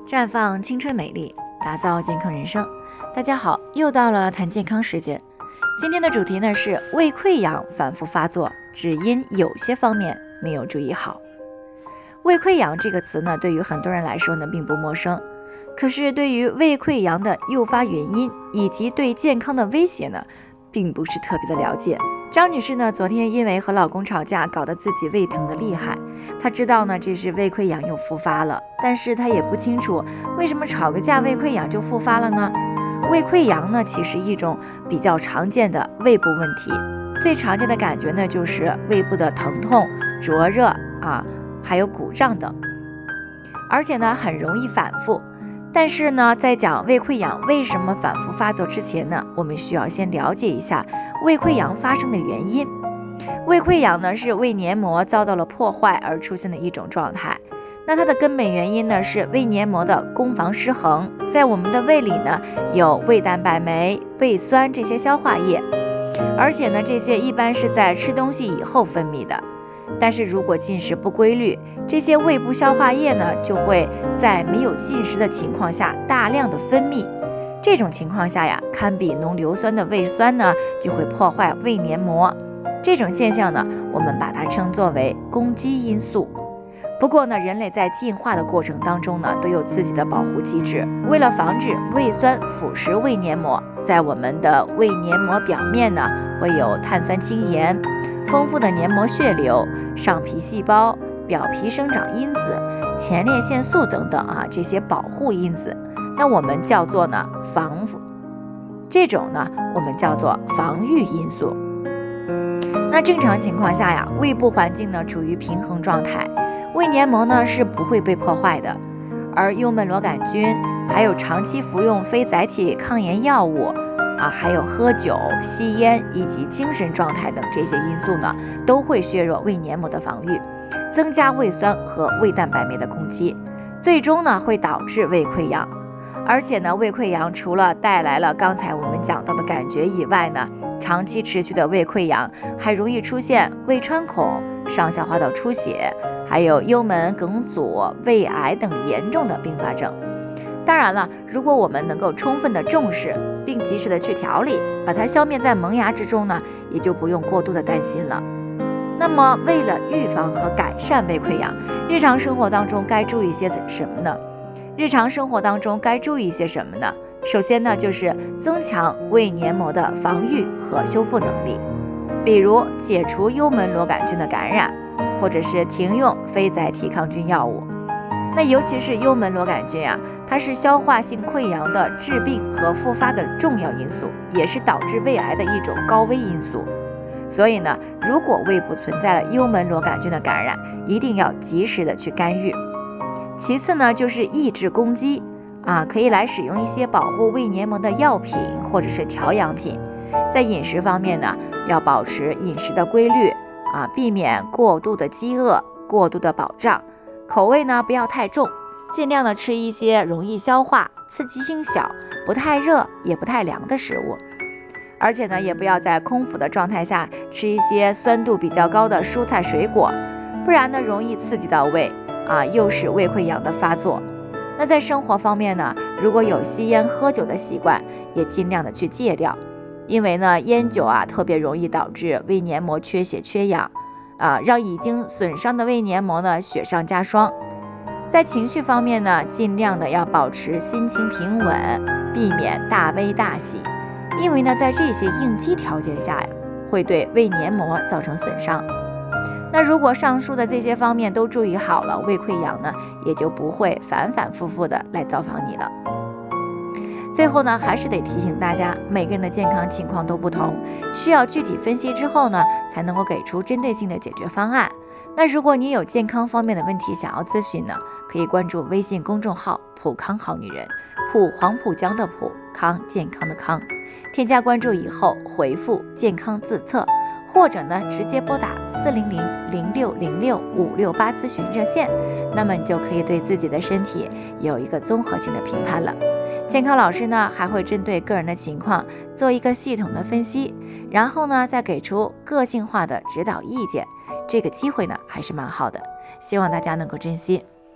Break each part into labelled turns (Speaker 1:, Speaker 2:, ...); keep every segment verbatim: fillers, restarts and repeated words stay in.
Speaker 1: 绽放青春美丽，打造健康人生。大家好，又到了谈健康时间。今天的主题呢是胃溃疡反复发作，只因有些方面没有注意好。胃溃疡这个词呢，对于很多人来说呢并不陌生，可是对于胃溃疡的诱发原因以及对健康的威胁呢，并不是特别的了解。张女士呢，昨天因为和老公吵架，搞得自己胃疼的厉害。她知道呢，这是胃溃疡又复发了，但是她也不清楚为什么吵个架胃溃疡就复发了呢？胃溃疡呢，其实一种比较常见的胃部问题，最常见的感觉呢，就是胃部的疼痛、灼热啊，还有鼓胀等，而且呢，很容易反复。但是呢，在讲胃溃疡为什么反复发作之前呢，我们需要先了解一下胃溃疡发生的原因。胃溃疡呢，是胃黏膜遭到了破坏而出现的一种状态。那它的根本原因呢，是胃黏膜的攻防失衡。在我们的胃里呢，有胃蛋白酶、胃酸这些消化液，而且呢，这些一般是在吃东西以后分泌的。但是如果进食不规律，这些胃部消化液呢，就会在没有进食的情况下大量的分泌。这种情况下呀，堪比浓硫酸的胃酸呢，就会破坏胃黏膜。这种现象呢，我们把它称作为攻击因素。不过呢，人类在进化的过程当中呢，都有自己的保护机制。为了防止胃酸腐蚀胃黏膜，在我们的胃黏膜表面呢，会有碳酸氢盐、丰富的黏膜血流、上皮细胞、表皮生长因子、前列腺素等等啊，这些保护因子，那我们叫做呢防腐，这种呢我们叫做防御因素。那正常情况下呀，胃部环境呢处于平衡状态，胃黏膜呢是不会被破坏的。而幽门螺杆菌，还有长期服用非甾体抗炎药物啊，还有喝酒、吸烟以及精神状态等这些因素呢，都会削弱胃黏膜的防御，增加胃酸和胃蛋白酶的攻击，最终呢会导致胃溃疡。而且呢，胃溃疡除了带来了刚才我们讲到的感觉以外呢，长期持续的胃溃疡还容易出现胃穿孔、上消化道出血，还有幽门梗阻、胃癌等严重的并发症。当然了，如果我们能够充分的重视并及时的去调理，把它消灭在萌芽之中呢，也就不用过度的担心了。那么为了预防和改善胃溃疡，日常生活当中该注意些什么呢？日常生活当中该注意些什么呢？首先呢，就是增强胃黏膜的防御和修复能力，比如解除幽门螺杆菌的感染，或者是停用非甾体抗菌药物。那尤其是幽门螺杆菌啊，它是消化性溃疡的致病和复发的重要因素，也是导致胃癌的一种高危因素。所以呢，如果胃部存在了幽门螺杆菌的感染，一定要及时的去干预。其次呢，就是抑制攻击啊，可以来使用一些保护胃黏膜的药品或者是调养品。在饮食方面呢，要保持饮食的规律啊，避免过度的饥饿、过度的饱胀。口味呢不要太重，尽量的吃一些容易消化、刺激性小、不太热也不太凉的食物。而且呢，也不要在空腹的状态下吃一些酸度比较高的蔬菜水果，不然呢容易刺激到胃啊，诱使胃溃疡的发作。那在生活方面呢，如果有吸烟喝酒的习惯，也尽量的去戒掉，因为呢烟酒啊特别容易导致胃黏膜缺血缺氧啊，让已经损伤的胃黏膜呢雪上加霜。在情绪方面呢，尽量的要保持心情平稳，避免大悲大喜，因为呢在这些应激条件下呀，会对胃黏膜造成损伤。那如果上述的这些方面都注意好了，胃溃疡呢也就不会反反复复的来造访你了。最后呢，还是得提醒大家，每个人的健康情况都不同，需要具体分析之后呢，才能够给出针对性的解决方案。那如果你有健康方面的问题想要咨询呢，可以关注微信公众号普康好女人，普黄浦江的普，康健康的康，添加关注以后回复健康自测，或者呢直接拨打四零零零六零六五六八咨询热线，那么你就可以对自己的身体有一个综合性的评判了。健康老师呢还会针对个人的情况做一个系统的分析，然后呢再给出个性化的指导意见，这个机会呢还是蛮好的，希望大家能够珍惜。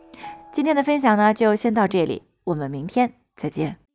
Speaker 1: 今天的分享呢，就先到这里，我们明天再见。